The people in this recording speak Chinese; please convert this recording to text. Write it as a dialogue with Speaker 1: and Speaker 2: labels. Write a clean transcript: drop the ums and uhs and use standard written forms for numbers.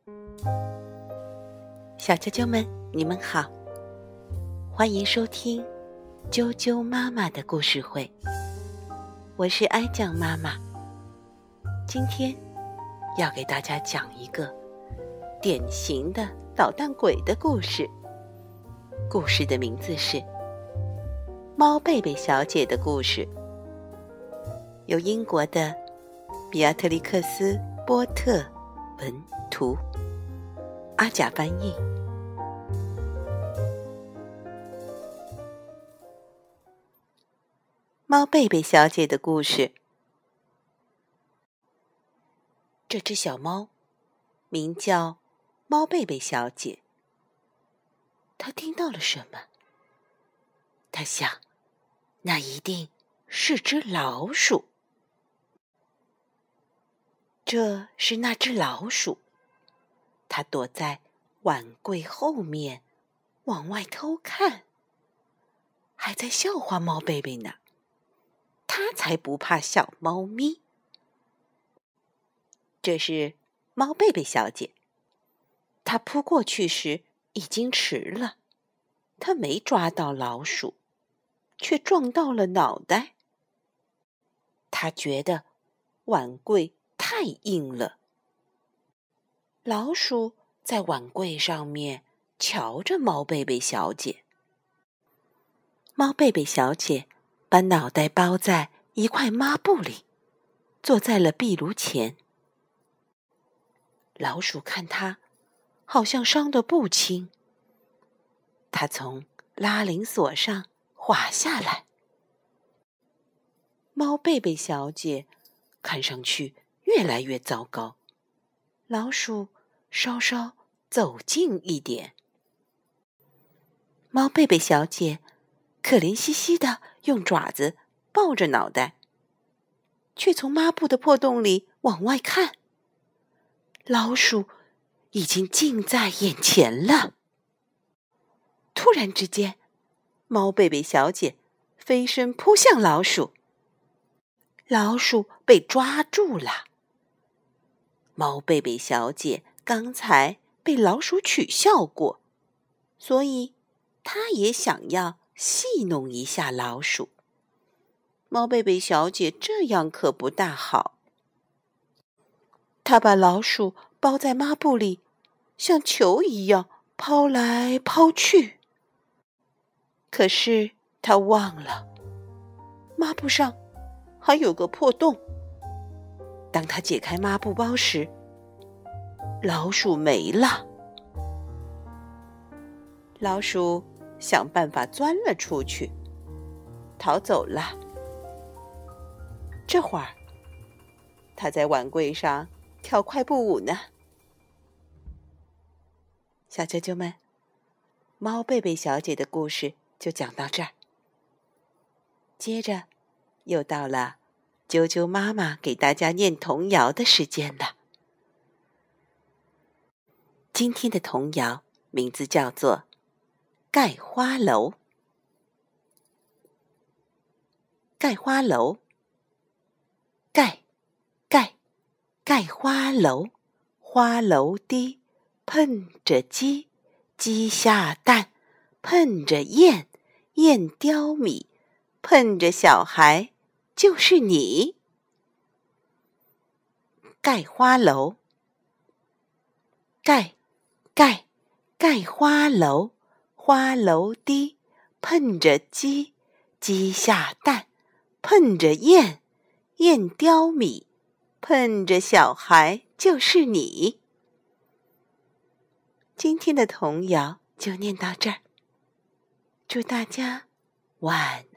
Speaker 1: 小啾啾们，你们好，欢迎收听啾啾妈妈的故事会。我是哀酱妈妈，今天要给大家讲一个典型的捣蛋鬼的故事。故事的名字是《猫贝贝小姐的故事》，由英国的比亚特里克斯·波特文图，阿甲翻译。猫贝贝小姐的故事。这只小猫名叫猫贝贝小姐。她听到了什么？她想，那一定是只老鼠。这是那只老鼠，它躲在碗柜后面往外偷看，还在笑话猫贝贝呢。它才不怕小猫咪。这是猫贝贝小姐，她扑过去时已经迟了，她没抓到老鼠，却撞到了脑袋。她觉得碗柜太硬了。老鼠在碗柜上面瞧着猫贝贝小姐。猫贝贝小姐把脑袋包在一块抹布里，坐在了壁炉前。老鼠看她好像伤得不轻，它从拉铃索上滑下来。猫贝贝小姐看上去越来越糟糕。老鼠稍稍走近一点。猫贝贝小姐可怜兮兮地用爪子抱着脑袋，却从抹布的破洞里往外看。老鼠已经近在眼前了。突然之间，猫贝贝小姐飞身扑向老鼠，老鼠被抓住了。猫贝贝小姐刚才被老鼠取笑过，所以她也想要戏弄一下老鼠。猫贝贝小姐这样可不大好。她把老鼠包在抹布里，像球一样抛来抛去。可是她忘了，抹布上还有个破洞。当她解开抹布包时，老鼠没了。老鼠想办法钻了出去，逃走了。这会儿，它在碗柜上跳快步舞呢。小啾啾们，猫贝贝小姐的故事就讲到这儿。接着，又到了啾啾妈妈给大家念童谣的时间了。今天的童谣名字叫做《盖花楼》。盖花楼，盖盖花楼，花楼低，喷着鸡，鸡下蛋，喷着燕，燕叼米，喷着小孩，就是你。盖花楼，盖花楼，花楼低，喷着鸡，鸡下蛋，喷着燕，燕叼米，喷着小孩，就是你。今天的童谣就念到这儿，祝大家晚